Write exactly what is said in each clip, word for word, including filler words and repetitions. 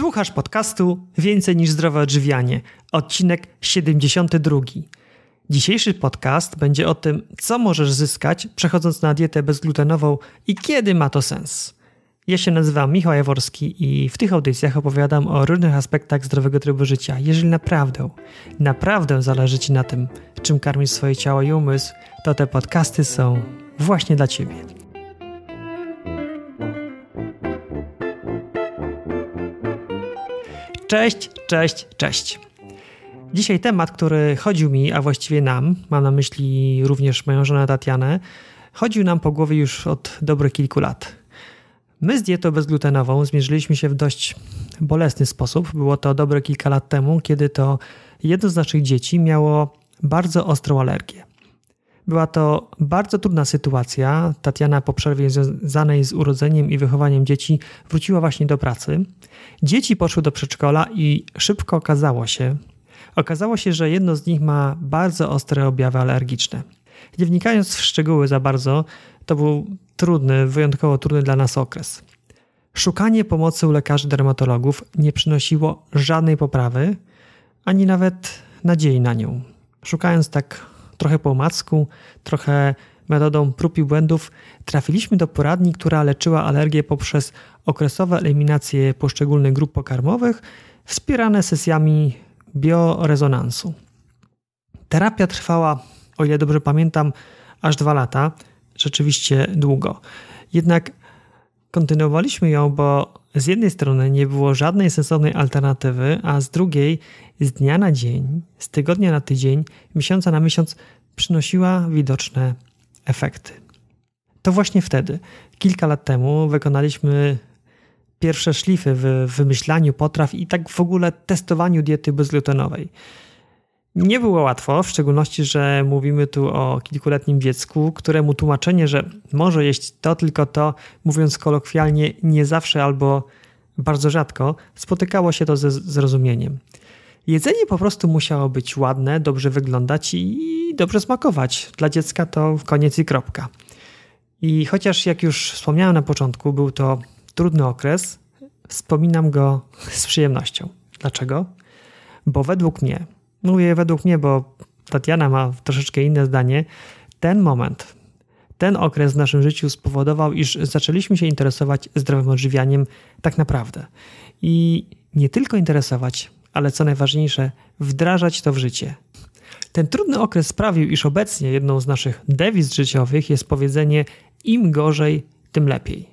Słuchasz podcastu Więcej niż zdrowe odżywianie, odcinek siedemdziesiąty drugi. Dzisiejszy podcast będzie o tym, co możesz zyskać przechodząc na dietę bezglutenową i kiedy ma to sens. Ja się nazywam Michał Jaworski i w tych audycjach opowiadam o różnych aspektach zdrowego trybu życia. Jeżeli naprawdę, naprawdę zależy Ci na tym, czym karmisz swoje ciało i umysł, to te podcasty są właśnie dla Ciebie. Cześć, cześć, cześć. Dzisiaj temat, który chodził mi, a właściwie nam, mam na myśli również moją żonę Tatianę, chodził nam po głowie już od dobrych kilku lat. My z dietą bezglutenową zmierzyliśmy się w dość bolesny sposób. Było to dobre kilka lat temu, kiedy to jedno z naszych dzieci miało bardzo ostrą alergię. Była to bardzo trudna sytuacja. Tatiana po przerwie związanej z urodzeniem i wychowaniem dzieci wróciła właśnie do pracy. Dzieci poszły do przedszkola i szybko okazało się, okazało się, że jedno z nich ma bardzo ostre objawy alergiczne. Nie wnikając w szczegóły za bardzo, to był trudny, wyjątkowo trudny dla nas okres. Szukanie pomocy u lekarzy dermatologów nie przynosiło żadnej poprawy, ani nawet nadziei na nią. Szukając tak trochę po omacku, trochę metodą prób i błędów, trafiliśmy do poradni, która leczyła alergię poprzez okresowe eliminacje poszczególnych grup pokarmowych, wspierane sesjami biorezonansu. Terapia trwała, o ile dobrze pamiętam, aż dwa lata, rzeczywiście długo. Jednak kontynuowaliśmy ją, bo z jednej strony nie było żadnej sensownej alternatywy, a z drugiej z dnia na dzień, z tygodnia na tydzień, miesiąca na miesiąc przynosiła widoczne efekty. To właśnie wtedy, kilka lat temu, wykonaliśmy pierwsze szlify w wymyślaniu potraw i tak w ogóle testowaniu diety bezglutenowej. Nie było łatwo, w szczególności, że mówimy tu o kilkuletnim dziecku, któremu tłumaczenie, że może jeść to tylko to, mówiąc kolokwialnie, nie zawsze albo bardzo rzadko, spotykało się to ze zrozumieniem. Jedzenie po prostu musiało być ładne, dobrze wyglądać i dobrze smakować. Dla dziecka to koniec i kropka. I chociaż, jak już wspomniałem na początku, był to trudny okres, wspominam go z przyjemnością. Dlaczego? Bo według mnie, mówię według mnie, bo Tatiana ma troszeczkę inne zdanie, ten moment, ten okres w naszym życiu spowodował, iż zaczęliśmy się interesować zdrowym odżywianiem tak naprawdę. I nie tylko interesować, ale co najważniejsze, wdrażać to w życie. Ten trudny okres sprawił, iż obecnie jedną z naszych dewiz życiowych jest powiedzenie im gorzej, tym lepiej.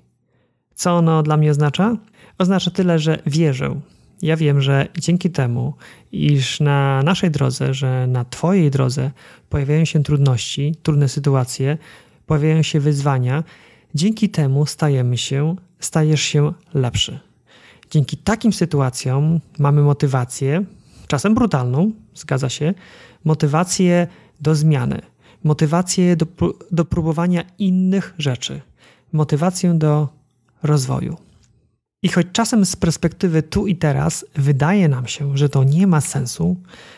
Co ono dla mnie oznacza? Oznacza tyle, że wierzę. Ja wiem, że dzięki temu, iż na naszej drodze, że na Twojej drodze pojawiają się trudności, trudne sytuacje, pojawiają się wyzwania, dzięki temu stajemy się, stajesz się lepszy. Dzięki takim sytuacjom mamy motywację, czasem brutalną, zgadza się, motywację do zmiany, motywację do, do próbowania innych rzeczy, motywację do rozwoju. I choć czasem z perspektywy tu i teraz wydaje nam się, że to nie ma sensu,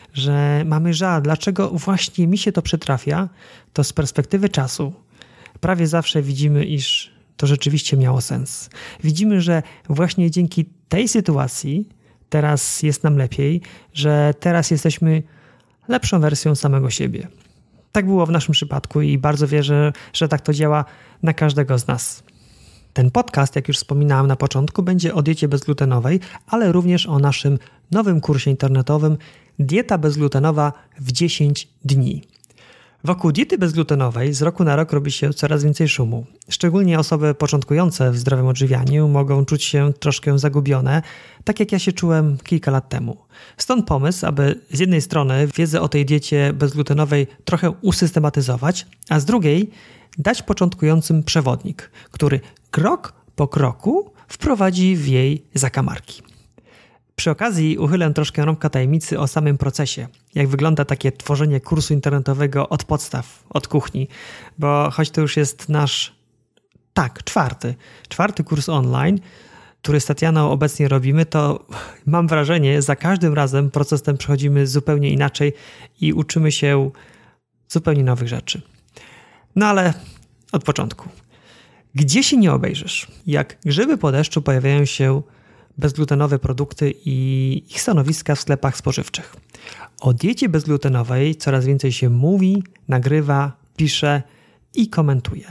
że mamy żal, dlaczego właśnie mi się to przytrafia, to z perspektywy czasu prawie zawsze widzimy, iż to rzeczywiście miało sens. Widzimy, że właśnie dzięki tej sytuacji teraz jest nam lepiej, że teraz jesteśmy lepszą wersją samego siebie. Tak było w naszym przypadku i bardzo wierzę, że tak to działa na każdego z nas. Ten podcast, jak już wspominałem na początku, będzie o diecie bezglutenowej, ale również o naszym nowym kursie internetowym Dieta bezglutenowa w dziesięć dni. Wokół diety bezglutenowej z roku na rok robi się coraz więcej szumu. Szczególnie osoby początkujące w zdrowym odżywianiu mogą czuć się troszkę zagubione, tak jak ja się czułem kilka lat temu. Stąd pomysł, aby z jednej strony wiedzę o tej diecie bezglutenowej trochę usystematyzować, a z drugiej dać początkującym przewodnik, który krok po kroku wprowadzi w jej zakamarki. Przy okazji uchylę troszkę rąbka tajemnicy o samym procesie, jak wygląda takie tworzenie kursu internetowego od podstaw, od kuchni, bo choć to już jest nasz, tak, czwarty, czwarty kurs online, który z Tatianą obecnie robimy, to mam wrażenie, za każdym razem proces ten przechodzimy zupełnie inaczej i uczymy się zupełnie nowych rzeczy. No ale od początku. Gdzie się nie obejrzysz? Jak grzyby po deszczu pojawiają się bezglutenowe produkty i ich stanowiska w sklepach spożywczych. O diecie bezglutenowej coraz więcej się mówi, nagrywa, pisze i komentuje.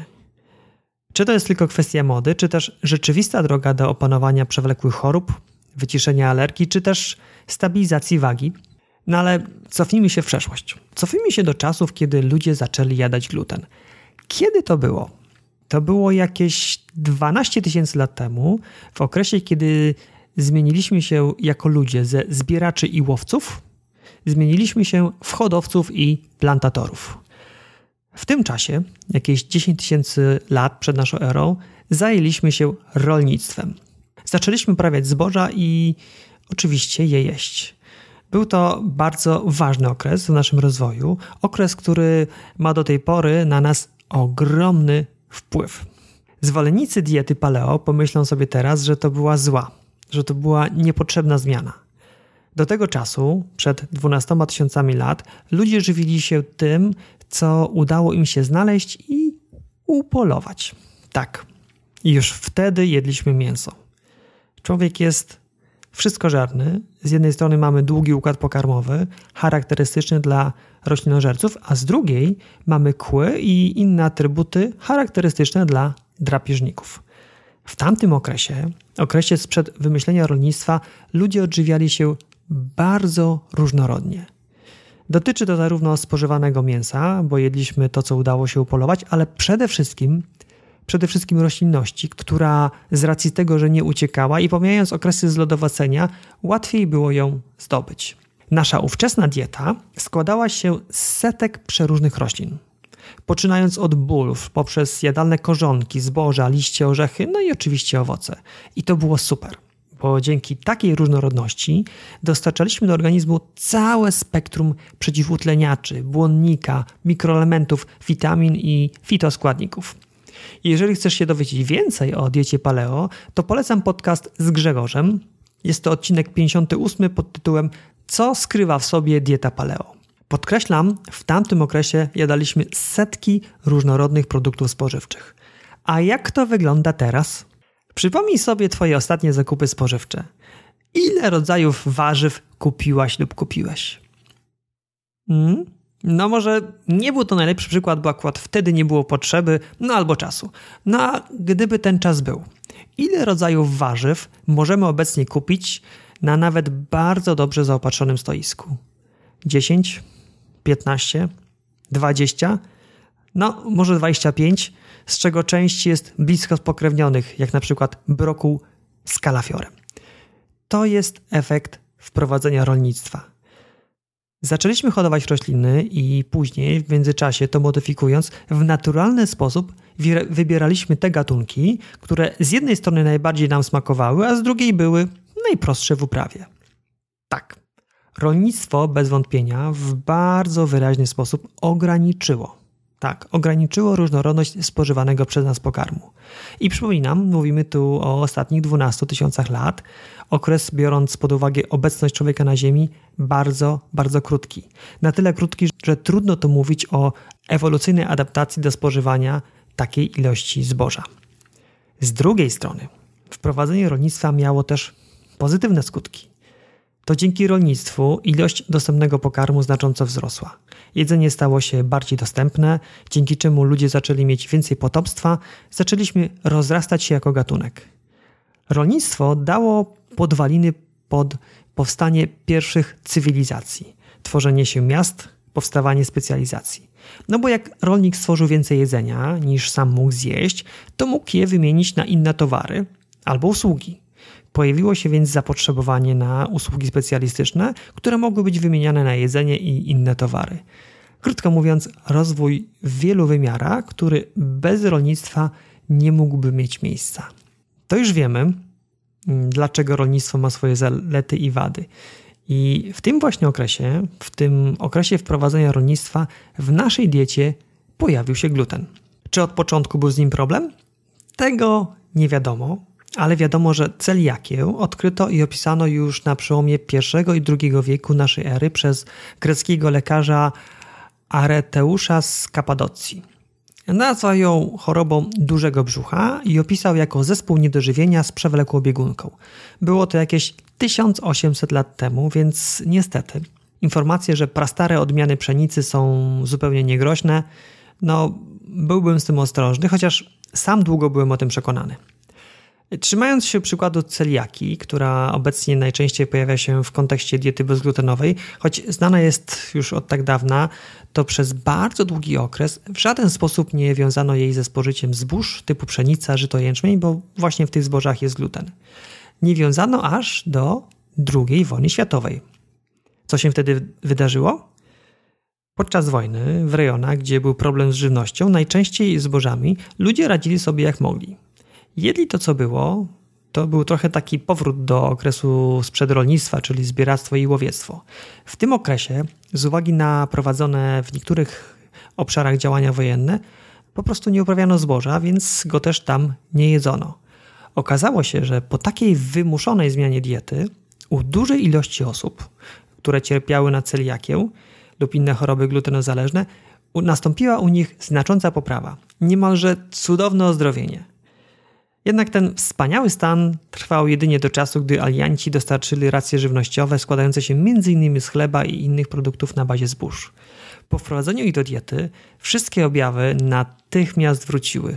Czy to jest tylko kwestia mody, czy też rzeczywista droga do opanowania przewlekłych chorób, wyciszenia alergii, czy też stabilizacji wagi? No ale cofnijmy się w przeszłość. Cofnijmy się do czasów, kiedy ludzie zaczęli jadać gluten. Kiedy to było? To było jakieś dwanaście tysięcy lat temu, w okresie, kiedy zmieniliśmy się jako ludzie ze zbieraczy i łowców, zmieniliśmy się w hodowców i plantatorów. W tym czasie, jakieś dziesięć tysięcy lat przed naszą erą, zajęliśmy się rolnictwem. Zaczęliśmy uprawiać zboża i oczywiście je jeść. Był to bardzo ważny okres w naszym rozwoju, okres, który ma do tej pory na nas ogromny wpływ. Zwolennicy diety paleo pomyślą sobie teraz, że to była zła, że to była niepotrzebna zmiana. Do tego czasu, przed dwunastoma tysiącami lat, ludzie żywili się tym, co udało im się znaleźć i upolować. Tak, i już wtedy jedliśmy mięso. Człowiek jest wszystkożerny. Z jednej strony mamy długi układ pokarmowy, charakterystyczny dla roślinożerców, a z drugiej mamy kły i inne atrybuty charakterystyczne dla drapieżników. W tamtym okresie, okresie sprzed wymyślenia rolnictwa, ludzie odżywiali się bardzo różnorodnie. Dotyczy to zarówno spożywanego mięsa, bo jedliśmy to, co udało się upolować, ale przede wszystkim Przede wszystkim roślinności, która z racji tego, że nie uciekała i pomijając okresy zlodowacenia, łatwiej było ją zdobyć. Nasza ówczesna dieta składała się z setek przeróżnych roślin. Poczynając od bulw, poprzez jadalne korzonki, zboża, liście, orzechy, no i oczywiście owoce. I to było super, bo dzięki takiej różnorodności dostarczaliśmy do organizmu całe spektrum przeciwutleniaczy, błonnika, mikroelementów, witamin i fitoskładników. Jeżeli chcesz się dowiedzieć więcej o diecie paleo, to polecam podcast z Grzegorzem. Jest to odcinek pięćdziesiąty ósmy pod tytułem Co skrywa w sobie dieta paleo? Podkreślam, w tamtym okresie jadaliśmy setki różnorodnych produktów spożywczych. A jak to wygląda teraz? Przypomnij sobie twoje ostatnie zakupy spożywcze. Ile rodzajów warzyw kupiłaś lub kupiłeś? Hmm? No może nie był to najlepszy przykład, bo akurat wtedy nie było potrzeby, no albo czasu. No a gdyby ten czas był, ile rodzajów warzyw możemy obecnie kupić na nawet bardzo dobrze zaopatrzonym stoisku? dziesięć? piętnaście? dwadzieścia? No może dwadzieścia pięć, z czego część jest blisko spokrewnionych, jak na przykład brokuł z kalafiorem. To jest efekt wprowadzenia rolnictwa. Zaczęliśmy hodować rośliny i później, w międzyczasie to modyfikując, w naturalny sposób wybieraliśmy te gatunki, które z jednej strony najbardziej nam smakowały, a z drugiej były najprostsze w uprawie. Tak, rolnictwo bez wątpienia w bardzo wyraźny sposób ograniczyło. Tak, ograniczyło różnorodność spożywanego przez nas pokarmu. I przypominam, mówimy tu o ostatnich dwunastu tysiącach lat. Okres, biorąc pod uwagę obecność człowieka na Ziemi, bardzo, bardzo krótki. Na tyle krótki, że trudno tu mówić o ewolucyjnej adaptacji do spożywania takiej ilości zboża. Z drugiej strony, wprowadzenie rolnictwa miało też pozytywne skutki. To dzięki rolnictwu ilość dostępnego pokarmu znacząco wzrosła. Jedzenie stało się bardziej dostępne, dzięki czemu ludzie zaczęli mieć więcej potomstwa, zaczęliśmy rozrastać się jako gatunek. Rolnictwo dało podwaliny pod powstanie pierwszych cywilizacji, tworzenie się miast, powstawanie specjalizacji. No bo jak rolnik stworzył więcej jedzenia niż sam mógł zjeść, to mógł je wymienić na inne towary albo usługi. Pojawiło się więc zapotrzebowanie na usługi specjalistyczne, które mogły być wymieniane na jedzenie i inne towary. Krótko mówiąc, rozwój w wielu wymiarach, który bez rolnictwa nie mógłby mieć miejsca. To już wiemy, dlaczego rolnictwo ma swoje zalety i wady. I w tym właśnie okresie, w tym okresie wprowadzenia rolnictwa w naszej diecie pojawił się gluten. Czy od początku był z nim problem? Tego nie wiadomo. Ale wiadomo, że celiakię odkryto i opisano już na przełomie pierwszego i drugiego wieku naszej ery przez greckiego lekarza Areteusza z Kapadocji. Nazwał ją chorobą dużego brzucha i opisał jako zespół niedożywienia z przewlekłą biegunką. Było to jakieś tysiąc osiemset lat temu, więc niestety informacje, że prastare odmiany pszenicy są zupełnie niegroźne, no byłbym z tym ostrożny, chociaż sam długo byłem o tym przekonany. Trzymając się przykładu celiakii, która obecnie najczęściej pojawia się w kontekście diety bezglutenowej, choć znana jest już od tak dawna, to przez bardzo długi okres w żaden sposób nie wiązano jej ze spożyciem zbóż typu pszenica, żyto, jęczmień, bo właśnie w tych zbożach jest gluten. Nie wiązano aż do drugiej wojny światowej. Co się wtedy wydarzyło? Podczas wojny w rejonach, gdzie był problem z żywnością, najczęściej zbożami, ludzie radzili sobie jak mogli. Jedli to, co było, to był trochę taki powrót do okresu sprzed rolnictwa, czyli zbieractwo i łowiectwo. W tym okresie, z uwagi na prowadzone w niektórych obszarach działania wojenne, po prostu nie uprawiano zboża, więc go też tam nie jedzono. Okazało się, że po takiej wymuszonej zmianie diety u dużej ilości osób, które cierpiały na celiakię lub inne choroby glutenozależne, nastąpiła u nich znacząca poprawa, niemalże cudowne ozdrowienie. Jednak ten wspaniały stan trwał jedynie do czasu, gdy alianci dostarczyli racje żywnościowe składające się między innymi z chleba i innych produktów na bazie zbóż. Po wprowadzeniu ich do diety wszystkie objawy natychmiast wróciły.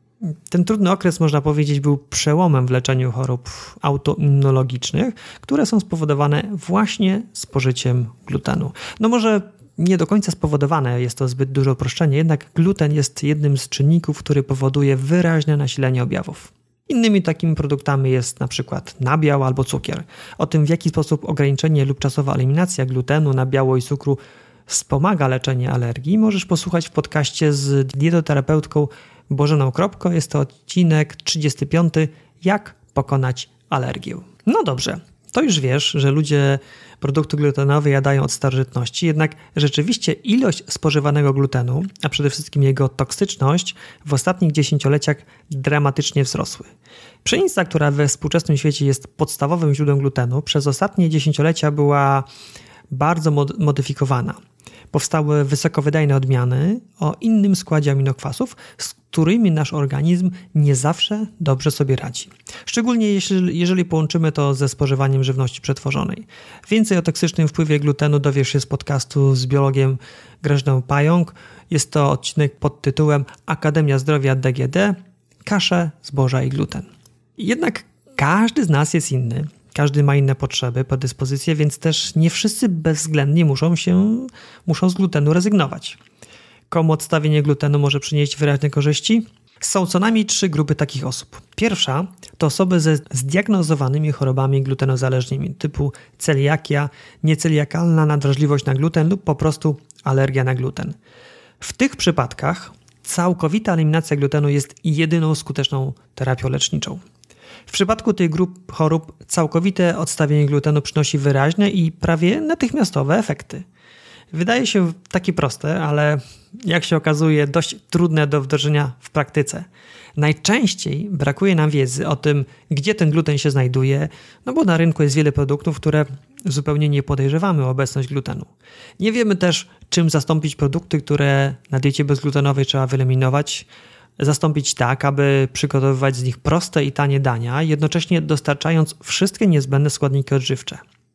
Ten trudny okres, można powiedzieć, był przełomem w leczeniu chorób autoimmunologicznych, które są spowodowane właśnie spożyciem glutenu. No może nie do końca spowodowane, jest to zbyt duże uproszczenie, jednak gluten jest jednym z czynników, który powoduje wyraźne nasilenie objawów. Innymi takimi produktami jest na przykład nabiał albo cukier. O tym, w jaki sposób ograniczenie lub czasowa eliminacja glutenu, nabiału i cukru wspomaga leczenie alergii, możesz posłuchać w podcaście z dietoterapeutką Bożeną Kropko. Jest to odcinek trzydziesty piąty. Jak pokonać alergię. No dobrze. To już wiesz, że ludzie produkty glutenowe jadają od starożytności, jednak rzeczywiście ilość spożywanego glutenu, a przede wszystkim jego toksyczność w ostatnich dziesięcioleciach dramatycznie wzrosły. Pszenica, która we współczesnym świecie jest podstawowym źródłem glutenu, przez ostatnie dziesięciolecia była bardzo mod- modyfikowana. Powstały wysokowydajne odmiany o innym składzie aminokwasów, z którymi nasz organizm nie zawsze dobrze sobie radzi. Szczególnie jeśli, jeżeli połączymy to ze spożywaniem żywności przetworzonej. Więcej o toksycznym wpływie glutenu dowiesz się z podcastu z biologiem Grażyną Pająk. Jest to odcinek pod tytułem Akademia Zdrowia D G D, kasze, zboża i gluten. Jednak każdy z nas jest inny. Każdy ma inne potrzeby, predyspozycje, więc też nie wszyscy bezwzględnie muszą się muszą z glutenu rezygnować. Komu odstawienie glutenu może przynieść wyraźne korzyści? Są co najmniej trzy grupy takich osób. Pierwsza to osoby ze zdiagnozowanymi chorobami glutenozależnymi typu celiakia, nieceliakalna nadwrażliwość na gluten lub po prostu alergia na gluten. W tych przypadkach całkowita eliminacja glutenu jest jedyną skuteczną terapią leczniczą. W przypadku tych grup chorób całkowite odstawienie glutenu przynosi wyraźne i prawie natychmiastowe efekty. Wydaje się takie proste, ale jak się okazuje dość trudne do wdrożenia w praktyce. Najczęściej brakuje nam wiedzy o tym, gdzie ten gluten się znajduje, no bo na rynku jest wiele produktów, które zupełnie nie podejrzewamy o obecność glutenu. Nie wiemy też, czym zastąpić produkty, które na diecie bezglutenowej trzeba wyeliminować, zastąpić tak, aby przygotowywać z nich proste i tanie dania, jednocześnie dostarczając wszystkie niezbędne składniki odżywcze.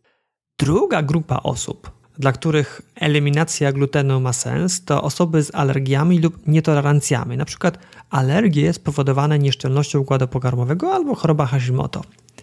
Druga grupa osób, dla których eliminacja glutenu ma sens, to osoby z alergiami lub nietolerancjami, np. alergie spowodowane nieszczelnością układu pokarmowego albo choroba Hashimoto.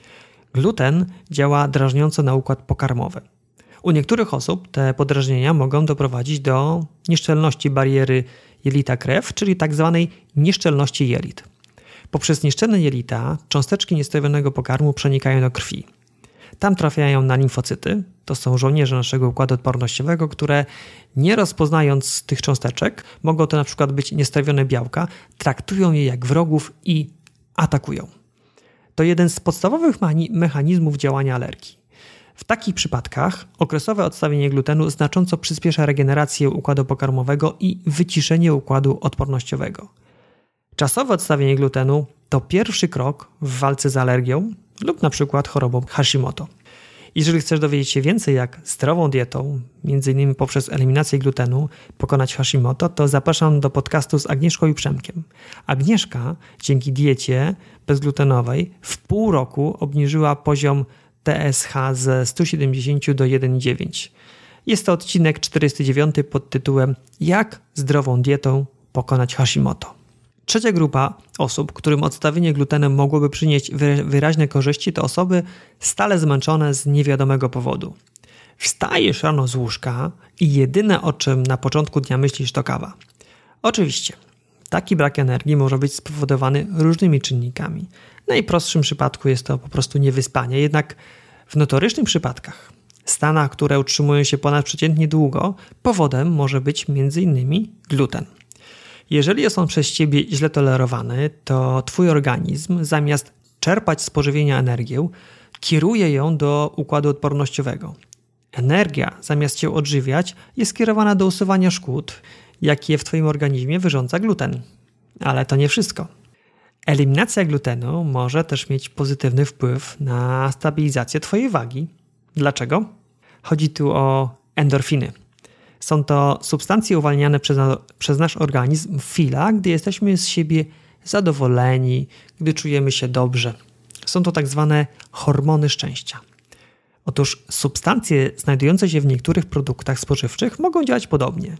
Gluten działa drażniąco na układ pokarmowy. U niektórych osób te podrażnienia mogą doprowadzić do nieszczelności bariery jelita-krew, czyli tzw. nieszczelności jelit. Poprzez nieszczelne jelita cząsteczki niestrawionego pokarmu przenikają do krwi. Tam trafiają na limfocyty, to są żołnierze naszego układu odpornościowego, które nie rozpoznając tych cząsteczek, mogą to na przykład być niestrawione białka, traktują je jak wrogów i atakują. To jeden z podstawowych mechanizmów działania alergii. W takich przypadkach okresowe odstawienie glutenu znacząco przyspiesza regenerację układu pokarmowego i wyciszenie układu odpornościowego. Czasowe odstawienie glutenu to pierwszy krok w walce z alergią lub na przykład chorobą Hashimoto. Jeżeli chcesz dowiedzieć się więcej, jak zdrową dietą, między innymi poprzez eliminację glutenu, pokonać Hashimoto, to zapraszam do podcastu z Agnieszką i Przemkiem. Agnieszka dzięki diecie bezglutenowej w pół roku obniżyła poziom T S H ze sto siedemdziesiąt do jeden przecinek dziewięć. Jest to odcinek czterdziesty dziewiąty pod tytułem Jak zdrową dietą pokonać Hashimoto. Trzecia grupa osób, którym odstawienie glutenem mogłoby przynieść wyraźne korzyści, to osoby stale zmęczone z niewiadomego powodu. Wstajesz rano z łóżka i jedyne, o czym na początku dnia myślisz, to kawa. Oczywiście, taki brak energii może być spowodowany różnymi czynnikami. W najprostszym przypadku jest to po prostu niewyspanie, jednak w notorycznych przypadkach, stanach, które utrzymują się ponadprzeciętnie długo, powodem może być między innymi gluten. Jeżeli jest on przez Ciebie źle tolerowany, to Twój organizm zamiast czerpać z pożywienia energię, kieruje ją do układu odpornościowego. Energia, zamiast Cię odżywiać, jest skierowana do usuwania szkód, jakie w Twoim organizmie wyrządza gluten. Ale to nie wszystko. Eliminacja glutenu może też mieć pozytywny wpływ na stabilizację Twojej wagi. Dlaczego? Chodzi tu o endorfiny. Są to substancje uwalniane przez, przez nasz organizm w chwilach, gdy jesteśmy z siebie zadowoleni, gdy czujemy się dobrze. Są to tak zwane hormony szczęścia. Otóż substancje znajdujące się w niektórych produktach spożywczych mogą działać podobnie.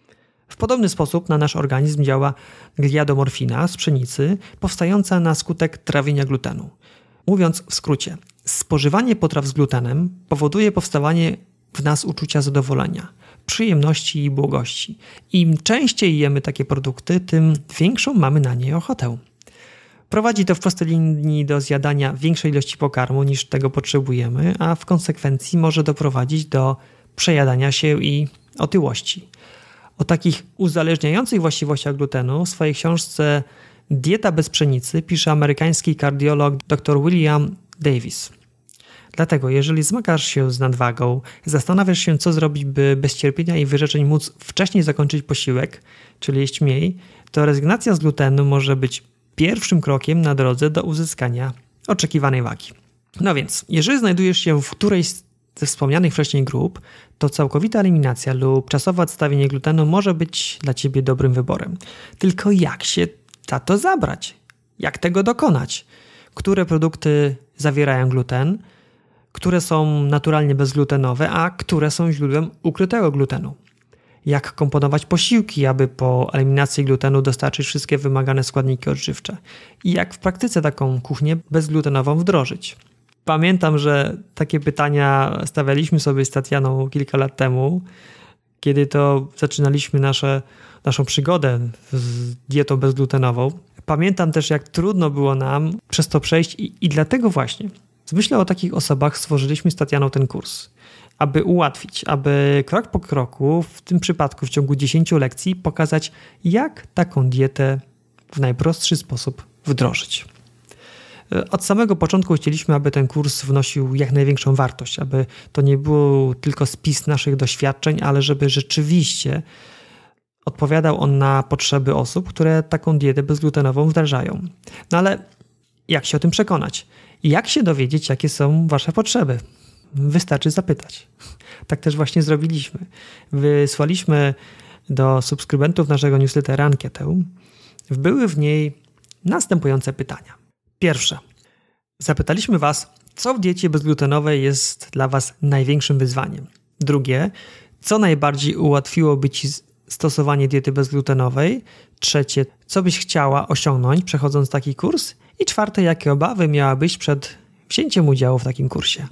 W podobny sposób na nasz organizm działa gliadomorfina z pszenicy, powstająca na skutek trawienia glutenu. Mówiąc w skrócie, spożywanie potraw z glutenem powoduje powstawanie w nas uczucia zadowolenia, przyjemności i błogości. Im częściej jemy takie produkty, tym większą mamy na nie ochotę. Prowadzi to w prostej linii do zjadania większej ilości pokarmu niż tego potrzebujemy, a w konsekwencji może doprowadzić do przejadania się i otyłości. O takich uzależniających właściwościach glutenu w swojej książce Dieta bez pszenicy pisze amerykański kardiolog dr William Davis. Dlatego, jeżeli zmagasz się z nadwagą, zastanawiasz się, co zrobić, by bez cierpienia i wyrzeczeń móc wcześniej zakończyć posiłek, czyli jeść mniej, to rezygnacja z glutenu może być pierwszym krokiem na drodze do uzyskania oczekiwanej wagi. No więc, jeżeli znajdujesz się w którejś ze wspomnianych wcześniej grup, to całkowita eliminacja lub czasowe odstawienie glutenu może być dla Ciebie dobrym wyborem. Tylko jak się za to zabrać? Jak tego dokonać? Które produkty zawierają gluten? Które są naturalnie bezglutenowe, a które są źródłem ukrytego glutenu? Jak komponować posiłki, aby po eliminacji glutenu dostarczyć wszystkie wymagane składniki odżywcze? I jak w praktyce taką kuchnię bezglutenową wdrożyć? Pamiętam, że takie pytania stawialiśmy sobie z Tatianą kilka lat temu, kiedy to zaczynaliśmy nasze, naszą przygodę z dietą bezglutenową. Pamiętam też, jak trudno było nam przez to przejść i, i dlatego właśnie z myślą o takich osobach stworzyliśmy z Tatianą ten kurs, aby ułatwić, aby krok po kroku, w tym przypadku w ciągu dziesięciu lekcji, pokazać, jak taką dietę w najprostszy sposób wdrożyć. Od samego początku chcieliśmy, aby ten kurs wnosił jak największą wartość, aby to nie był tylko spis naszych doświadczeń, ale żeby rzeczywiście odpowiadał on na potrzeby osób, które taką dietę bezglutenową wdrażają. No ale jak się o tym przekonać? Jak się dowiedzieć, jakie są Wasze potrzeby? Wystarczy zapytać. Tak też właśnie zrobiliśmy. Wysłaliśmy do subskrybentów naszego newslettera ankietę. Były w niej następujące pytania. Pierwsze. Zapytaliśmy Was, co w diecie bezglutenowej jest dla Was największym wyzwaniem. Drugie. Co najbardziej ułatwiłoby Ci stosowanie diety bezglutenowej? Trzecie. Co byś chciała osiągnąć, przechodząc taki kurs? I czwarte. Jakie obawy miałabyś przed wzięciem udziału w takim kursie?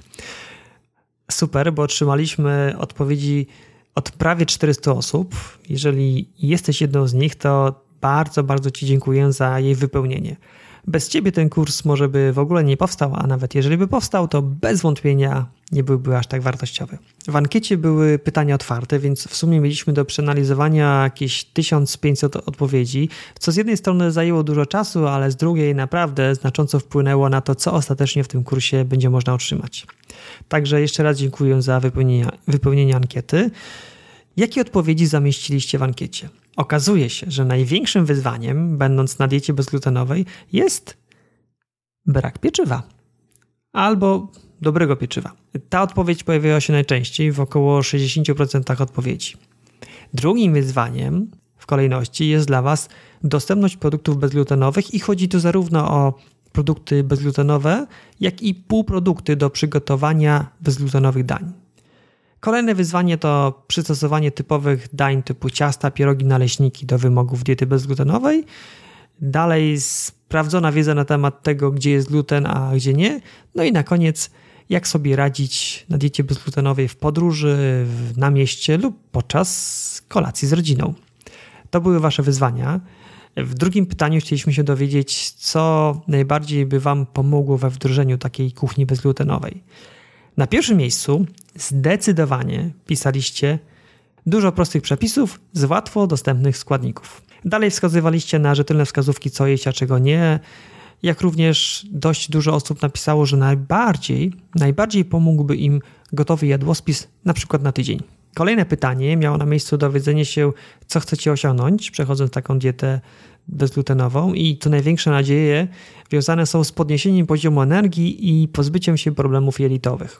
Super, bo otrzymaliśmy odpowiedzi od prawie czterystu osób. Jeżeli jesteś jedną z nich, to bardzo, bardzo Ci dziękuję za jej wypełnienie. Bez Ciebie ten kurs może by w ogóle nie powstał, a nawet jeżeli by powstał, to bez wątpienia nie byłby aż tak wartościowy. W ankiecie były pytania otwarte, więc w sumie mieliśmy do przeanalizowania jakieś tysiąc pięćset odpowiedzi, co z jednej strony zajęło dużo czasu, ale z drugiej naprawdę znacząco wpłynęło na to, co ostatecznie w tym kursie będzie można otrzymać. Także jeszcze raz dziękuję za wypełnienie, wypełnienie ankiety. Jakie odpowiedzi zamieściliście w ankiecie? Okazuje się, że największym wyzwaniem, będąc na diecie bezglutenowej, jest brak pieczywa. albo dobrego pieczywa. Ta odpowiedź pojawiała się najczęściej w około sześćdziesiąt procent odpowiedzi. Drugim wyzwaniem w kolejności jest dla Was dostępność produktów bezglutenowych i chodzi tu zarówno o produkty bezglutenowe, jak i półprodukty do przygotowania bezglutenowych dań. Kolejne wyzwanie to przystosowanie typowych dań typu ciasta, pierogi, naleśniki do wymogów diety bezglutenowej. Dalej sprawdzona wiedza na temat tego, gdzie jest gluten, a gdzie nie. No i na koniec, jak sobie radzić na diecie bezglutenowej w podróży, na mieście lub podczas kolacji z rodziną. To były Wasze wyzwania. W drugim pytaniu chcieliśmy się dowiedzieć, co najbardziej by Wam pomogło we wdrożeniu takiej kuchni bezglutenowej. Na pierwszym miejscu zdecydowanie pisaliście dużo prostych przepisów z łatwo dostępnych składników. Dalej wskazywaliście na rzetelne wskazówki, co jeść, a czego nie. Jak również dość dużo osób napisało, że najbardziej, najbardziej pomógłby im gotowy jadłospis na przykład na tydzień. Kolejne pytanie miało na miejscu dowiedzenie się, co chcecie osiągnąć, przechodząc taką dietę bezglutenową, i tu największe nadzieje wiązane są z podniesieniem poziomu energii i pozbyciem się problemów jelitowych.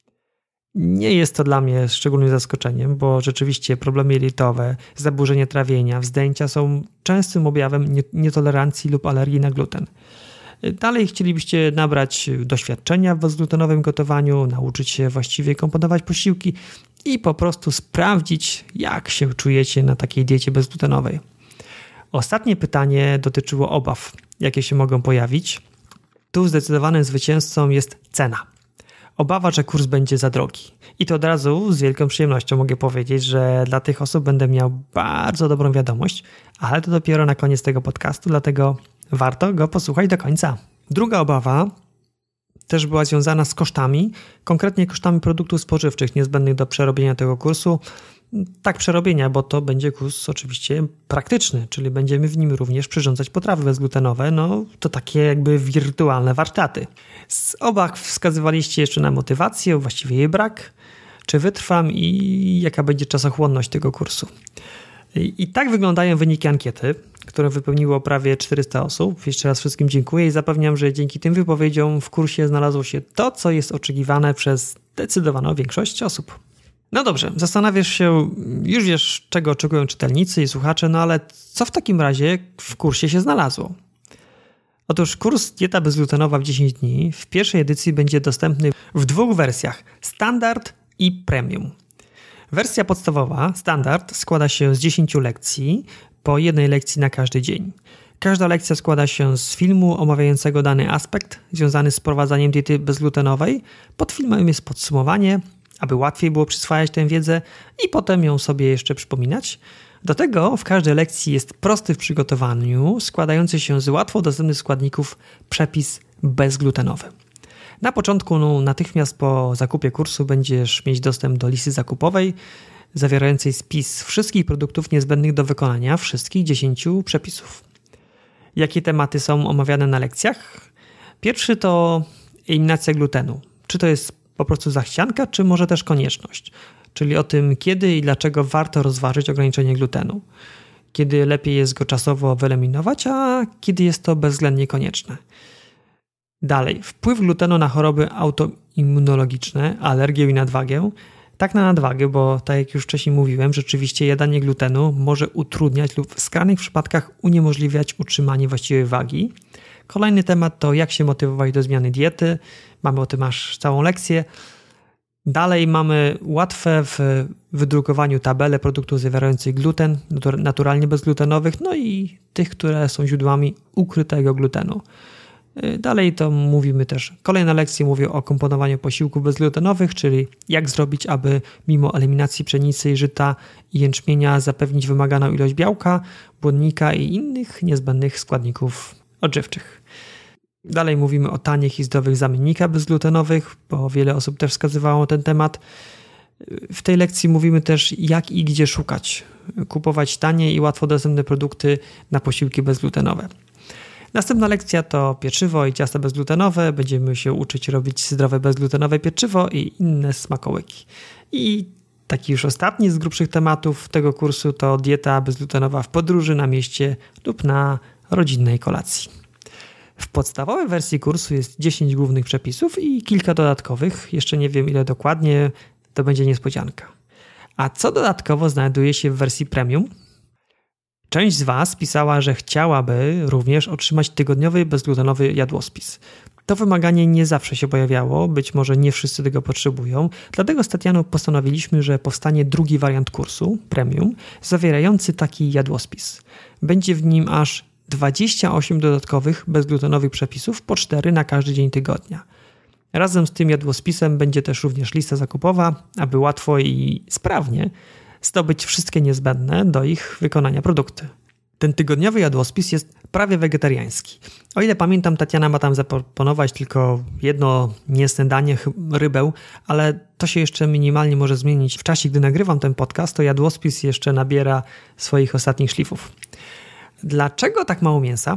Nie jest to dla mnie szczególnym zaskoczeniem, bo rzeczywiście problemy jelitowe, zaburzenia trawienia, wzdęcia są częstym objawem nietolerancji lub alergii na gluten. Dalej chcielibyście nabrać doświadczenia w bezglutenowym gotowaniu, nauczyć się właściwie komponować posiłki i po prostu sprawdzić, jak się czujecie na takiej diecie bezglutenowej. Ostatnie pytanie dotyczyło obaw, jakie się mogą pojawić. Tu zdecydowanym zwycięzcą jest cena. Obawa, że kurs będzie za drogi. I to od razu z wielką przyjemnością mogę powiedzieć, że dla tych osób będę miał bardzo dobrą wiadomość, ale to dopiero na koniec tego podcastu, dlatego warto go posłuchać do końca. Druga obawa też była związana z kosztami, konkretnie kosztami produktów spożywczych niezbędnych do przerobienia tego kursu. Tak, przerobienia, bo to będzie kurs oczywiście praktyczny, czyli będziemy w nim również przyrządzać potrawy bezglutenowe, no to takie jakby wirtualne warsztaty. Z obaw wskazywaliście jeszcze na motywację, właściwie jej brak, czy wytrwam i jaka będzie czasochłonność tego kursu. I, i tak wyglądają wyniki ankiety, które wypełniło prawie czterysta osób. Jeszcze raz wszystkim dziękuję i zapewniam, że dzięki tym wypowiedziom w kursie znalazło się to, co jest oczekiwane przez zdecydowaną większość osób. No dobrze, zastanawiasz się, już wiesz, czego oczekują czytelnicy i słuchacze, no ale co w takim razie w kursie się znalazło? Otóż kurs Dieta bezglutenowa w dziesięć dni w pierwszej edycji będzie dostępny w dwóch wersjach, standard i premium. Wersja podstawowa, standard, składa się z dziesięciu lekcji, po jednej lekcji na każdy dzień. Każda lekcja składa się z filmu omawiającego dany aspekt związany z wprowadzaniem diety bezglutenowej. Pod filmem jest podsumowanie, aby łatwiej było przyswajać tę wiedzę i potem ją sobie jeszcze przypominać. Do tego w każdej lekcji jest prosty w przygotowaniu, składający się z łatwo dostępnych składników przepis bezglutenowy. Na początku, no, natychmiast po zakupie kursu będziesz mieć dostęp do listy zakupowej zawierającej spis wszystkich produktów niezbędnych do wykonania wszystkich dziesięciu przepisów. Jakie tematy są omawiane na lekcjach? Pierwszy to eliminacja glutenu. Czy to jest po prostu zachcianka, czy może też konieczność? Czyli o tym, kiedy i dlaczego warto rozważyć ograniczenie glutenu. Kiedy lepiej jest go czasowo wyeliminować, a kiedy jest to bezwzględnie konieczne. Dalej, wpływ glutenu na choroby autoimmunologiczne, alergię i nadwagę. Tak na nadwagę, bo tak jak już wcześniej mówiłem, rzeczywiście jadanie glutenu może utrudniać lub w skrajnych przypadkach uniemożliwiać utrzymanie właściwej wagi. Kolejny temat to jak się motywować do zmiany diety. Mamy o tym aż całą lekcję. Dalej mamy łatwe w wydrukowaniu tabele produktów zawierających gluten, naturalnie bezglutenowych, no i tych, które są źródłami ukrytego glutenu. Dalej to mówimy też, kolejne lekcje mówią o komponowaniu posiłków bezglutenowych, czyli jak zrobić, aby mimo eliminacji pszenicy, żyta i jęczmienia zapewnić wymaganą ilość białka, błonnika i innych niezbędnych składników odżywczych. Dalej mówimy o tanich i zdrowych zamiennikach bezglutenowych, bo wiele osób też wskazywało ten temat. W tej lekcji mówimy też, jak i gdzie szukać, kupować tanie i łatwo dostępne produkty na posiłki bezglutenowe. Następna lekcja to pieczywo i ciasta bezglutenowe. Będziemy się uczyć robić zdrowe bezglutenowe pieczywo i inne smakołyki. I taki już ostatni z grubszych tematów tego kursu to dieta bezglutenowa w podróży, na mieście lub na rodzinnej kolacji. W podstawowej wersji kursu jest dziesięć głównych przepisów i kilka dodatkowych. Jeszcze nie wiem ile dokładnie, to będzie niespodzianka. A co dodatkowo znajduje się w wersji premium? Część z Was pisała, że chciałaby również otrzymać tygodniowy bezglutenowy jadłospis. To wymaganie nie zawsze się pojawiało, być może nie wszyscy tego potrzebują, dlatego z Tatianą postanowiliśmy, że powstanie drugi wariant kursu, premium, zawierający taki jadłospis. Będzie w nim aż dwadzieścia osiem dodatkowych bezglutenowych przepisów, po cztery na każdy dzień tygodnia. Razem z tym jadłospisem będzie też również lista zakupowa, aby łatwo i sprawnie zdobyć wszystkie niezbędne do ich wykonania produkty. Ten tygodniowy jadłospis jest prawie wegetariański. O ile pamiętam, Tatiana ma tam zaproponować tylko jedno mięsne danie, rybę, ale to się jeszcze minimalnie może zmienić. W czasie, gdy nagrywam ten podcast, to jadłospis jeszcze nabiera swoich ostatnich szlifów. Dlaczego tak mało mięsa?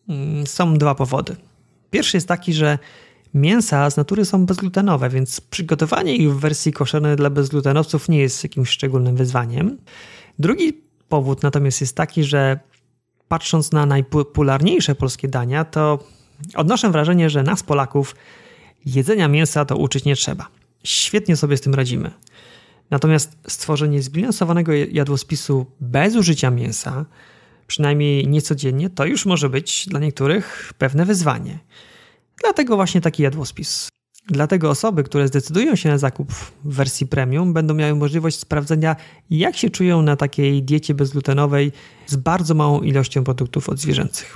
Są dwa powody. Pierwszy jest taki, że mięsa z natury są bezglutenowe, więc przygotowanie ich w wersji koszernej dla bezglutenowców nie jest jakimś szczególnym wyzwaniem. Drugi powód natomiast jest taki, że patrząc na najpopularniejsze polskie dania, to odnoszę wrażenie, że nas Polaków jedzenia mięsa to uczyć nie trzeba. Świetnie sobie z tym radzimy. Natomiast stworzenie zbilansowanego jadłospisu bez użycia mięsa, przynajmniej niecodziennie, to już może być dla niektórych pewne wyzwanie. Dlatego właśnie taki jadłospis. Dlatego osoby, które zdecydują się na zakup w wersji premium, będą miały możliwość sprawdzenia, jak się czują na takiej diecie bezglutenowej z bardzo małą ilością produktów odzwierzęcych.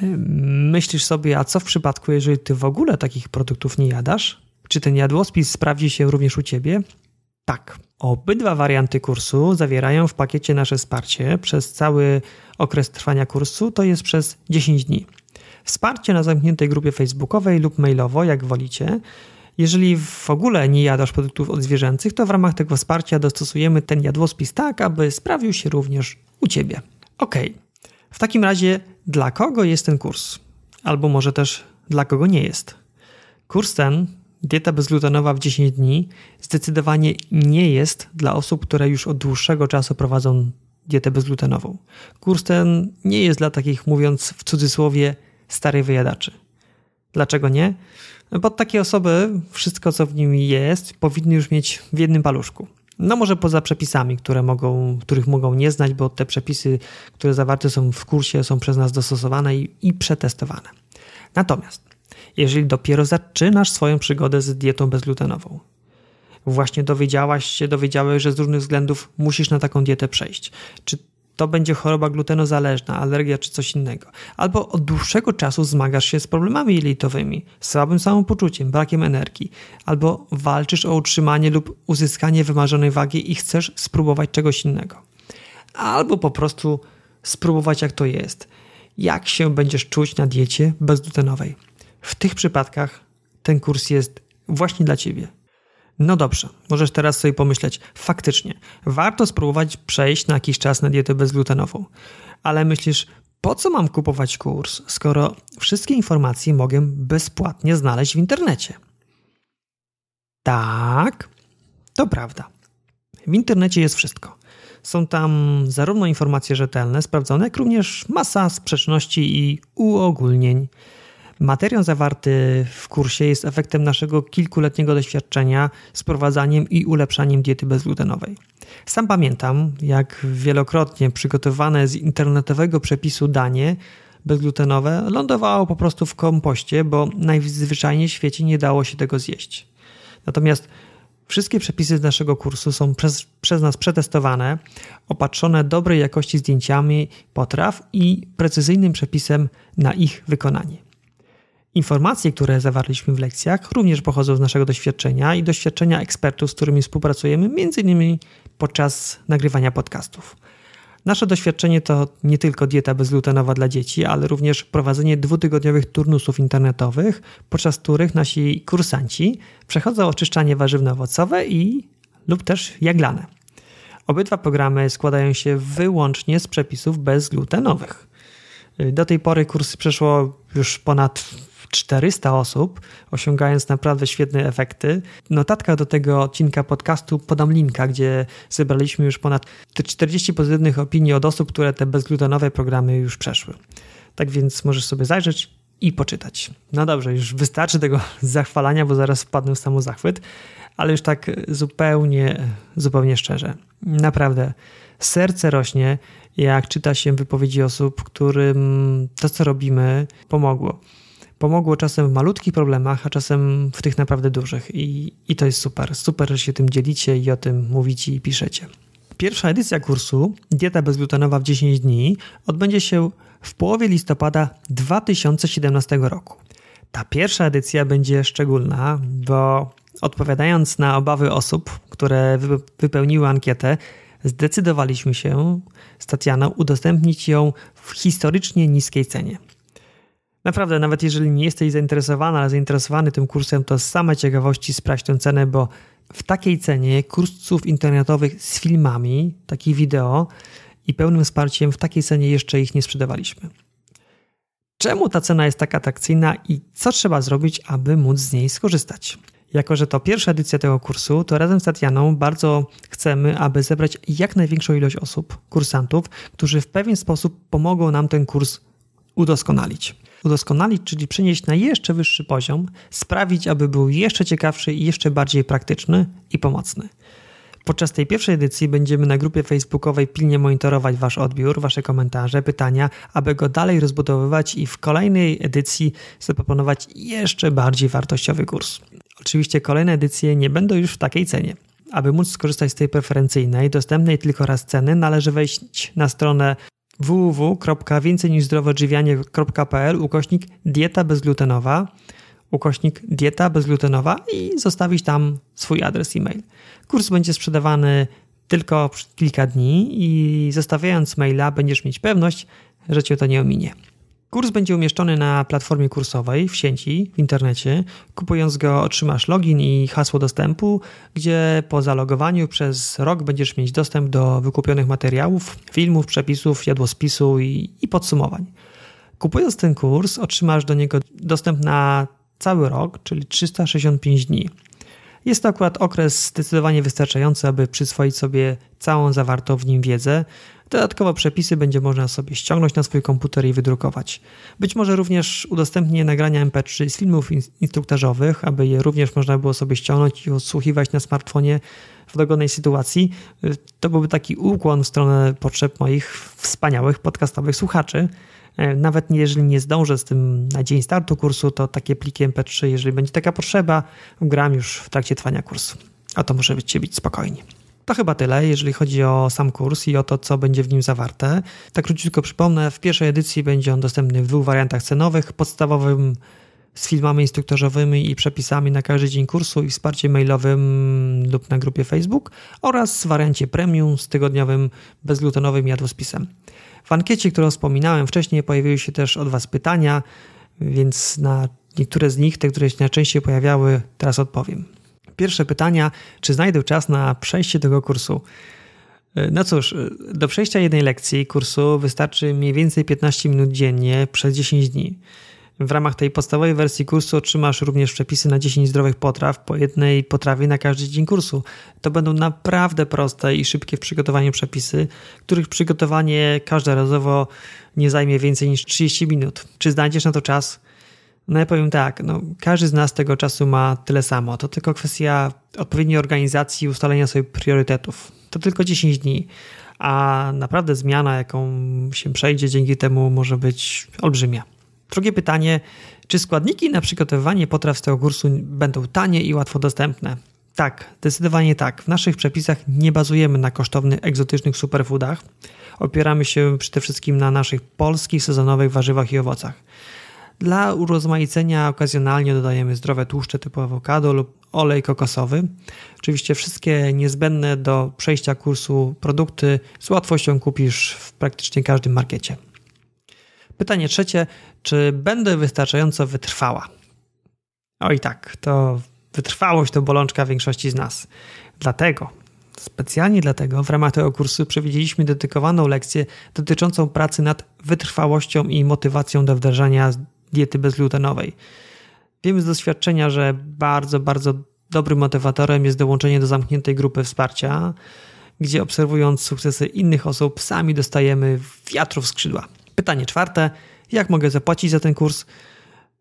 Myślisz sobie, a co w przypadku, jeżeli ty w ogóle takich produktów nie jadasz? Czy ten jadłospis sprawdzi się również u ciebie? Tak. Obydwa warianty kursu zawierają w pakiecie nasze wsparcie przez cały okres trwania kursu, to jest przez dziesięć dni. Wsparcie na zamkniętej grupie facebookowej lub mailowo, jak wolicie. Jeżeli w ogóle nie jadasz produktów odzwierzęcych, to w ramach tego wsparcia dostosujemy ten jadłospis tak, aby sprawdził się również u Ciebie. Ok, w takim razie dla kogo jest ten kurs? Albo może też dla kogo nie jest? Kurs ten, dieta bezglutenowa w dziesięć dni, zdecydowanie nie jest dla osób, które już od dłuższego czasu prowadzą dietę bezglutenową. Kurs ten nie jest dla takich, mówiąc w cudzysłowie, starych wyjadaczy. Dlaczego nie? Bo takie osoby, wszystko co w nim jest, powinny już mieć w jednym paluszku. No może poza przepisami, które mogą, których mogą nie znać, bo te przepisy, które zawarte są w kursie, są przez nas dostosowane i, i przetestowane. Natomiast jeżeli dopiero zaczynasz swoją przygodę z dietą bezglutenową, właśnie dowiedziałaś się, dowiedziałeś, że z różnych względów musisz na taką dietę przejść, czy to będzie choroba glutenozależna, alergia czy coś innego. Albo od dłuższego czasu zmagasz się z problemami jelitowymi, słabym samopoczuciem, brakiem energii. Albo walczysz o utrzymanie lub uzyskanie wymarzonej wagi i chcesz spróbować czegoś innego. Albo po prostu spróbować jak to jest. Jak się będziesz czuć na diecie bezglutenowej. W tych przypadkach ten kurs jest właśnie dla Ciebie. No dobrze, możesz teraz sobie pomyśleć, faktycznie, warto spróbować przejść na jakiś czas na dietę bezglutenową. Ale myślisz, po co mam kupować kurs, skoro wszystkie informacje mogę bezpłatnie znaleźć w internecie? Tak, to prawda. W internecie jest wszystko. Są tam zarówno informacje rzetelne, sprawdzone, jak również masa sprzeczności i uogólnień. Materiał zawarty w kursie jest efektem naszego kilkuletniego doświadczenia z wprowadzaniem i ulepszaniem diety bezglutenowej. Sam pamiętam, jak wielokrotnie przygotowane z internetowego przepisu danie bezglutenowe lądowało po prostu w kompoście, bo najzwyczajniej w świecie nie dało się tego zjeść. Natomiast wszystkie przepisy z naszego kursu są przez, przez nas przetestowane, opatrzone dobrej jakości zdjęciami potraw i precyzyjnym przepisem na ich wykonanie. Informacje, które zawarliśmy w lekcjach, również pochodzą z naszego doświadczenia i doświadczenia ekspertów, z którymi współpracujemy, między innymi podczas nagrywania podcastów. Nasze doświadczenie to nie tylko dieta bezglutenowa dla dzieci, ale również prowadzenie dwutygodniowych turnusów internetowych, podczas których nasi kursanci przechodzą oczyszczanie warzywno-owocowe i lub też jaglane. Obydwa programy składają się wyłącznie z przepisów bezglutenowych. Do tej pory kursy przeszło już ponad czterysta osób, osiągając naprawdę świetne efekty. W notatkach do tego odcinka podcastu podam linka, gdzie zebraliśmy już ponad czterdzieści pozytywnych opinii od osób, które te bezglutenowe programy już przeszły. Tak więc możesz sobie zajrzeć i poczytać. No dobrze, już wystarczy tego zachwalania, bo zaraz wpadnę w samozachwyt, ale już tak zupełnie, zupełnie szczerze. Naprawdę, serce rośnie, jak czyta się wypowiedzi osób, którym to, co robimy, pomogło. Pomogło czasem w malutkich problemach, a czasem w tych naprawdę dużych. I, i to jest super. Super, że się tym dzielicie i o tym mówicie i piszecie. Pierwsza edycja kursu Dieta bezglutenowa w dziesięć dni odbędzie się w połowie listopada dwa tysiące siedemnastego roku. Ta pierwsza edycja będzie szczególna, bo odpowiadając na obawy osób, które wypełniły ankietę, zdecydowaliśmy się z Tatianą udostępnić ją w historycznie niskiej cenie. Naprawdę, nawet jeżeli nie jesteś zainteresowana, ale zainteresowany tym kursem, to z samej ciekawości sprawdź tę cenę, bo w takiej cenie kursów internetowych z filmami, takich wideo i pełnym wsparciem, w takiej cenie jeszcze ich nie sprzedawaliśmy. Czemu ta cena jest tak atrakcyjna i co trzeba zrobić, aby móc z niej skorzystać? Jako że to pierwsza edycja tego kursu, to razem z Tatianą bardzo chcemy, aby zebrać jak największą ilość osób, kursantów, którzy w pewien sposób pomogą nam ten kurs udoskonalić. Udoskonalić, czyli przenieść na jeszcze wyższy poziom, sprawić, aby był jeszcze ciekawszy i jeszcze bardziej praktyczny i pomocny. Podczas tej pierwszej edycji będziemy na grupie facebookowej pilnie monitorować Wasz odbiór, Wasze komentarze, pytania, aby go dalej rozbudowywać i w kolejnej edycji zaproponować jeszcze bardziej wartościowy kurs. Oczywiście kolejne edycje nie będą już w takiej cenie. Aby móc skorzystać z tej preferencyjnej, dostępnej tylko raz ceny, należy wejść na stronę w w w kropka więcej niż zdrowe odżywianie kropka p l ukośnik dieta bezglutenowa ukośnik dieta bezglutenowa i zostawić tam swój adres e-mail. Kurs będzie sprzedawany tylko kilka dni i zostawiając maila będziesz mieć pewność, że Cię to nie ominie. Kurs będzie umieszczony na platformie kursowej w sieci, w internecie. Kupując go otrzymasz login i hasło dostępu, gdzie po zalogowaniu przez rok będziesz mieć dostęp do wykupionych materiałów, filmów, przepisów, jadłospisu i, i podsumowań. Kupując ten kurs otrzymasz do niego dostęp na cały rok, czyli trzysta sześćdziesiąt pięć dni. Jest to akurat okres zdecydowanie wystarczający, aby przyswoić sobie całą zawartą w nim wiedzę. Dodatkowo przepisy będzie można sobie ściągnąć na swój komputer i wydrukować. Być może również udostępnię nagrania em pe trzy z filmów instruktażowych, aby je również można było sobie ściągnąć i odsłuchiwać na smartfonie w dogodnej sytuacji. To byłby taki ukłon w stronę potrzeb moich wspaniałych podcastowych słuchaczy. Nawet jeżeli nie zdążę z tym na dzień startu kursu, to takie pliki em pe trzy, jeżeli będzie taka potrzeba, gram już w trakcie trwania kursu. O to możecie być spokojni. To chyba tyle, jeżeli chodzi o sam kurs i o to, co będzie w nim zawarte. Tak króciutko przypomnę, w pierwszej edycji będzie on dostępny w dwóch wariantach cenowych, podstawowym z filmami instruktażowymi i przepisami na każdy dzień kursu i wsparciem mailowym lub na grupie Facebook oraz w wariancie premium z tygodniowym bezglutenowym jadłospisem. W ankiecie, którą wspominałem wcześniej, pojawiły się też od Was pytania, więc na niektóre z nich, te, które się najczęściej pojawiały, teraz odpowiem. Pierwsze pytania, czy znajdę czas na przejście tego kursu? No cóż, do przejścia jednej lekcji kursu wystarczy mniej więcej piętnaście minut dziennie przez dziesięć dni. W ramach tej podstawowej wersji kursu otrzymasz również przepisy na dziesięć zdrowych potraw, po jednej potrawie na każdy dzień kursu. To będą naprawdę proste i szybkie w przygotowaniu przepisy, których przygotowanie każdorazowo nie zajmie więcej niż trzydzieści minut. Czy znajdziesz na to czas? No ja powiem tak, no, każdy z nas tego czasu ma tyle samo. To tylko kwestia odpowiedniej organizacji i ustalenia sobie priorytetów. To tylko dziesięć dni, a naprawdę zmiana, jaką się przejdzie dzięki temu, może być olbrzymia. Drugie pytanie, czy składniki na przygotowywanie potraw z tego kursu będą tanie i łatwo dostępne? Tak, zdecydowanie tak. W naszych przepisach nie bazujemy na kosztownych, egzotycznych superfoodach. Opieramy się przede wszystkim na naszych polskich, sezonowych warzywach i owocach. Dla urozmaicenia okazjonalnie dodajemy zdrowe tłuszcze typu awokado lub olej kokosowy. Oczywiście wszystkie niezbędne do przejścia kursu produkty z łatwością kupisz w praktycznie każdym markecie. Pytanie trzecie, czy będę wystarczająco wytrwała? Oj tak, to wytrwałość to bolączka większości z nas. Dlatego, specjalnie dlatego w ramach tego kursu przewidzieliśmy dedykowaną lekcję dotyczącą pracy nad wytrwałością i motywacją do wdrażania diety bezglutenowej. Wiemy z doświadczenia, że bardzo, bardzo dobrym motywatorem jest dołączenie do zamkniętej grupy wsparcia, gdzie obserwując sukcesy innych osób sami dostajemy wiatru w skrzydła. Pytanie czwarte, jak mogę zapłacić za ten kurs?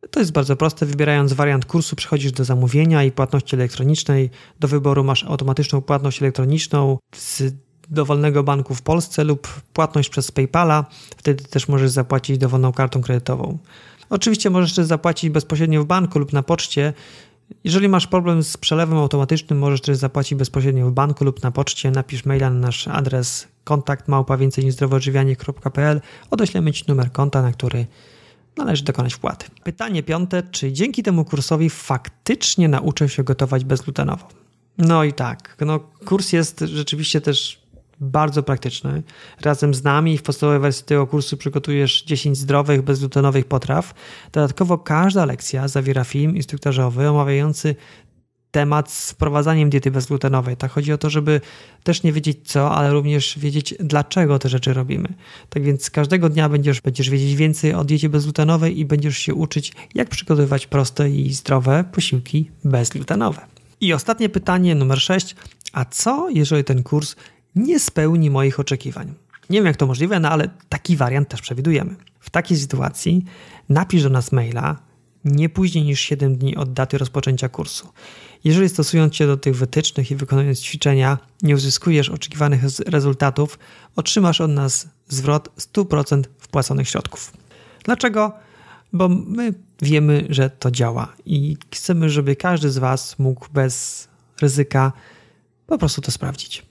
To jest bardzo proste. Wybierając wariant kursu przechodzisz do zamówienia i płatności elektronicznej. Do wyboru masz automatyczną płatność elektroniczną z dowolnego banku w Polsce lub płatność przez PayPala. Wtedy też możesz zapłacić dowolną kartą kredytową. Oczywiście możesz też zapłacić bezpośrednio w banku lub na poczcie. Jeżeli masz problem z przelewem automatycznym, możesz też zapłacić bezpośrednio w banku lub na poczcie. Napisz maila na nasz adres kontakt małpa więcej niż zdrowe odżywianie kropka p l. Odeślemy Ci numer konta, na który należy dokonać wpłaty. Pytanie piąte. Czy dzięki temu kursowi faktycznie nauczę się gotować bezglutenowo? No i tak. No, kurs jest rzeczywiście też bardzo praktyczny. Razem z nami w podstawowej wersji tego kursu przygotujesz dziesięć zdrowych, bezglutenowych potraw. Dodatkowo każda lekcja zawiera film instruktażowy omawiający temat z wprowadzaniem diety bezglutenowej. Tak chodzi o to, żeby też nie wiedzieć co, ale również wiedzieć, dlaczego te rzeczy robimy. Tak więc każdego dnia będziesz, będziesz wiedzieć więcej o diecie bezglutenowej i będziesz się uczyć, jak przygotowywać proste i zdrowe posiłki bezglutenowe. I ostatnie pytanie, numer sześć. A co, jeżeli ten kurs nie spełni moich oczekiwań? Nie wiem, jak to możliwe, no ale taki wariant też przewidujemy. W takiej sytuacji napisz do nas maila nie później niż siedem dni od daty rozpoczęcia kursu. Jeżeli stosując się do tych wytycznych i wykonując ćwiczenia nie uzyskujesz oczekiwanych rezultatów, otrzymasz od nas zwrot sto procent wpłaconych środków. Dlaczego? Bo my wiemy, że to działa i chcemy, żeby każdy z Was mógł bez ryzyka po prostu to sprawdzić.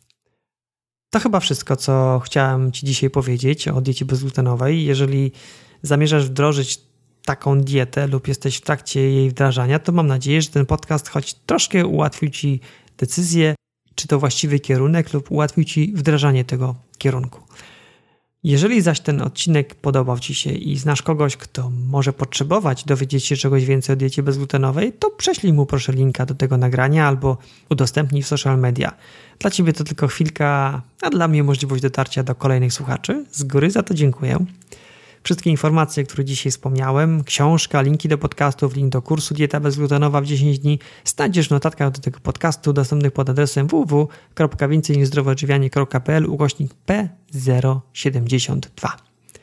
To chyba wszystko, co chciałem Ci dzisiaj powiedzieć o diecie bezglutenowej. Jeżeli zamierzasz wdrożyć taką dietę lub jesteś w trakcie jej wdrażania, to mam nadzieję, że ten podcast choć troszkę ułatwił Ci decyzję, czy to właściwy kierunek lub ułatwił Ci wdrażanie tego kierunku. Jeżeli zaś ten odcinek podobał Ci się i znasz kogoś, kto może potrzebować dowiedzieć się czegoś więcej o diecie bezglutenowej, to prześlij mu proszę linka do tego nagrania albo udostępnij w social media. Dla Ciebie to tylko chwilka, a dla mnie możliwość dotarcia do kolejnych słuchaczy. Z góry za to dziękuję. Wszystkie informacje, które dzisiaj wspomniałem, książka, linki do podcastów, link do kursu Dieta bezglutenowa w dziesięć dni znajdziesz w notatkach do tego podcastu dostępnych pod adresem w w w kropka więcej niż zdrowe odżywianie kropka p l ukośnik p zero siedemdziesiąt dwa.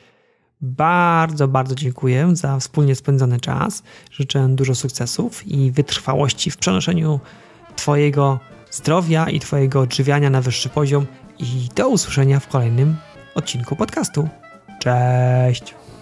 Bardzo, bardzo dziękuję za wspólnie spędzony czas. Życzę dużo sukcesów i wytrwałości w przenoszeniu Twojego zdrowia i Twojego odżywiania na wyższy poziom i do usłyszenia w kolejnym odcinku podcastu. Cześć!